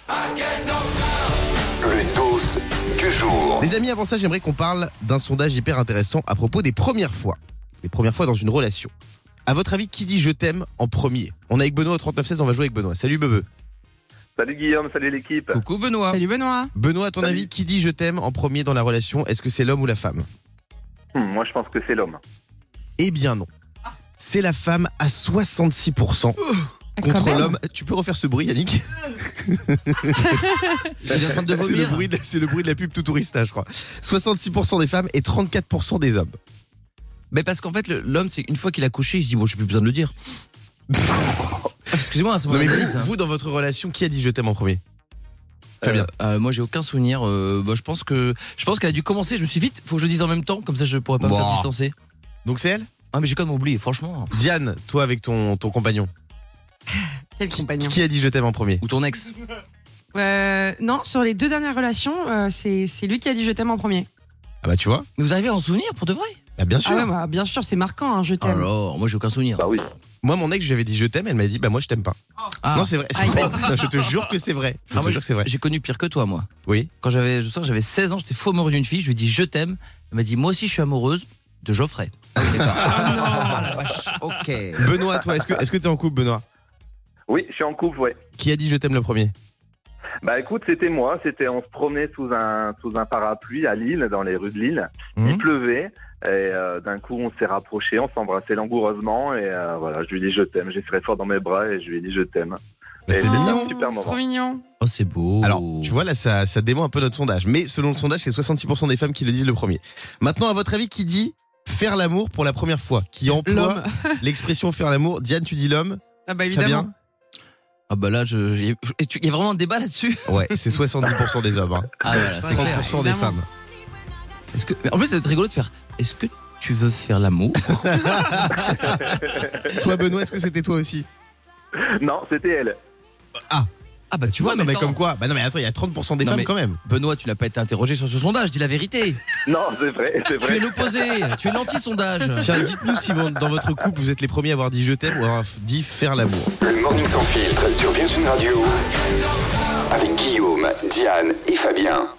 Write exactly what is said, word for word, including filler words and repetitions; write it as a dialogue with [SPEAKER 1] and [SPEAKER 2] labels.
[SPEAKER 1] Le dos du jour.
[SPEAKER 2] Les amis, avant ça, j'aimerais qu'on parle d'un sondage hyper intéressant à propos des premières fois. Les premières fois dans une relation. À votre avis, qui dit je t'aime en premier? On est avec Benoît au trente-neuf seize, on va jouer avec Benoît. Salut Bebe.
[SPEAKER 3] Salut Guillaume, salut l'équipe.
[SPEAKER 4] Coucou Benoît.
[SPEAKER 5] Salut Benoît.
[SPEAKER 2] Benoît, à ton
[SPEAKER 3] Salut.
[SPEAKER 2] avis, qui dit je t'aime en premier dans la relation? Est-ce que c'est l'homme ou la femme?
[SPEAKER 3] Hum, moi je pense que c'est l'homme.
[SPEAKER 2] Eh bien non. C'est la femme à soixante-six pour cent. Contre
[SPEAKER 5] Quand même.
[SPEAKER 2] l'homme. Tu peux refaire ce bruit, Yannick?
[SPEAKER 4] J'étais en train de
[SPEAKER 2] C'est le,
[SPEAKER 4] vomir.
[SPEAKER 2] bruit de, c'est le bruit de la pub Toutourista, je crois. soixante-six pour cent des femmes et trente-quatre pour cent des hommes.
[SPEAKER 4] Mais parce qu'en fait, le- l'homme, c'est une fois qu'il a couché, il se dit bon, j'ai plus besoin de le dire. Ah, excusez-moi, c'est mon
[SPEAKER 2] Non mais
[SPEAKER 4] analyse,
[SPEAKER 2] vous,
[SPEAKER 4] hein.
[SPEAKER 2] vous, dans votre relation, qui a dit je t'aime en premier? Fabien.
[SPEAKER 4] Euh, euh, moi, j'ai aucun souvenir. Euh, bah, je pense que je pense qu'elle a dû commencer. Je me suis dit, vite, faut que je le dise en même temps, comme ça, je pourrais pas me
[SPEAKER 2] Bon.
[SPEAKER 4] faire distancer.
[SPEAKER 2] Donc c'est elle?
[SPEAKER 4] Ah, mais j'ai quand même oublié, franchement.
[SPEAKER 2] Diane, toi avec ton, ton compagnon.
[SPEAKER 5] Quel compagnon.
[SPEAKER 2] Qui a dit je t'aime en premier?
[SPEAKER 4] Ou ton ex.
[SPEAKER 5] Euh, non, sur les deux dernières relations, euh, c'est c'est lui qui a dit je t'aime en premier.
[SPEAKER 2] Ah bah tu vois.
[SPEAKER 4] Mais vous arrivez à en souvenir pour de vrai?
[SPEAKER 2] Bah bien sûr.
[SPEAKER 5] Ah ouais, bah, bien sûr, c'est marquant, hein, je t'aime.
[SPEAKER 4] Alors, moi, j'ai aucun souvenir.
[SPEAKER 3] Bah oui.
[SPEAKER 2] Moi mon ex, je lui avais dit je t'aime, elle m'a dit bah moi je t'aime pas.
[SPEAKER 4] Ah.
[SPEAKER 2] Non c'est vrai, c'est
[SPEAKER 5] Aïe.
[SPEAKER 2] vrai. Non, je te jure que c'est vrai. Je
[SPEAKER 4] Ah,
[SPEAKER 2] te
[SPEAKER 4] moi,
[SPEAKER 2] jure que c'est vrai.
[SPEAKER 4] J'ai connu pire que toi, moi.
[SPEAKER 2] Oui.
[SPEAKER 4] Quand j'avais, je sais que j'avais seize ans, j'étais fou amoureux d'une fille. Je lui ai dit je t'aime. Elle m'a dit moi aussi, je suis amoureuse de Geoffrey. Ah, oui, d'accord. Ah la vache. Ok.
[SPEAKER 2] Benoît, toi, est-ce que est-ce que t'es en couple, Benoît?
[SPEAKER 3] Oui, je suis en couple, ouais.
[SPEAKER 2] Qui a dit je t'aime le premier?
[SPEAKER 3] Bah écoute, c'était moi, c'était on se promenait sous un sous un parapluie à Lille, dans les rues de Lille.
[SPEAKER 2] Mhm.
[SPEAKER 3] Il pleuvait et euh, d'un coup on s'est rapprochés, on s'embrassait langoureusement et euh, voilà, je lui ai dit je t'aime, j'ai serré fort dans mes bras et je lui ai dit je t'aime.
[SPEAKER 2] Bah,
[SPEAKER 3] Et
[SPEAKER 2] c'est
[SPEAKER 3] c'était
[SPEAKER 2] mignon.
[SPEAKER 3] un super
[SPEAKER 5] C'est trop
[SPEAKER 3] moment.
[SPEAKER 5] mignon.
[SPEAKER 4] Oh, c'est beau.
[SPEAKER 2] Alors, tu vois là, ça, ça dément un peu notre sondage. Mais selon le sondage, c'est soixante-six pour cent des femmes qui le disent le premier. Maintenant, à votre avis, qui dit faire l'amour pour la première fois? Qui emploie
[SPEAKER 5] L'homme.
[SPEAKER 2] l'expression faire l'amour? Diane, tu dis l'homme?
[SPEAKER 5] Ah bah évidemment.
[SPEAKER 2] Fabien?
[SPEAKER 4] Ah bah là, je, j'ai- et tu- il y a vraiment un débat là-dessus.
[SPEAKER 2] Ouais, c'est soixante-dix pour cent des hommes. Hein.
[SPEAKER 4] Ah voilà, c'est
[SPEAKER 2] trente
[SPEAKER 4] clair.
[SPEAKER 2] pour cent des
[SPEAKER 5] évidemment.
[SPEAKER 2] femmes.
[SPEAKER 4] Est-ce que, mais en plus, ça va être rigolo de faire. Est-ce que tu veux faire l'amour?
[SPEAKER 2] Toi, Benoît, est-ce que c'était toi aussi?
[SPEAKER 3] Non, c'était elle.
[SPEAKER 4] Ah bah
[SPEAKER 2] Tu vois, non mais
[SPEAKER 4] attends.
[SPEAKER 2] comme quoi? Bah non mais attends, il y a trente pour cent des
[SPEAKER 4] Non,
[SPEAKER 2] femmes
[SPEAKER 4] mais-
[SPEAKER 2] quand même.
[SPEAKER 4] Benoît, tu n'as pas été interrogé sur ce sondage, dis la vérité.
[SPEAKER 3] Non, c'est vrai, c'est
[SPEAKER 4] Tu
[SPEAKER 3] vrai.
[SPEAKER 4] es l'opposé, tu es l'anti-sondage.
[SPEAKER 2] Tiens, dites-nous si vous- dans votre couple, vous êtes les premiers à avoir dit je t'aime ou à avoir dit faire l'amour.
[SPEAKER 1] Le Morning Sans Filtre sur Virgin Radio. Avec Guillaume, Diane et Fabien.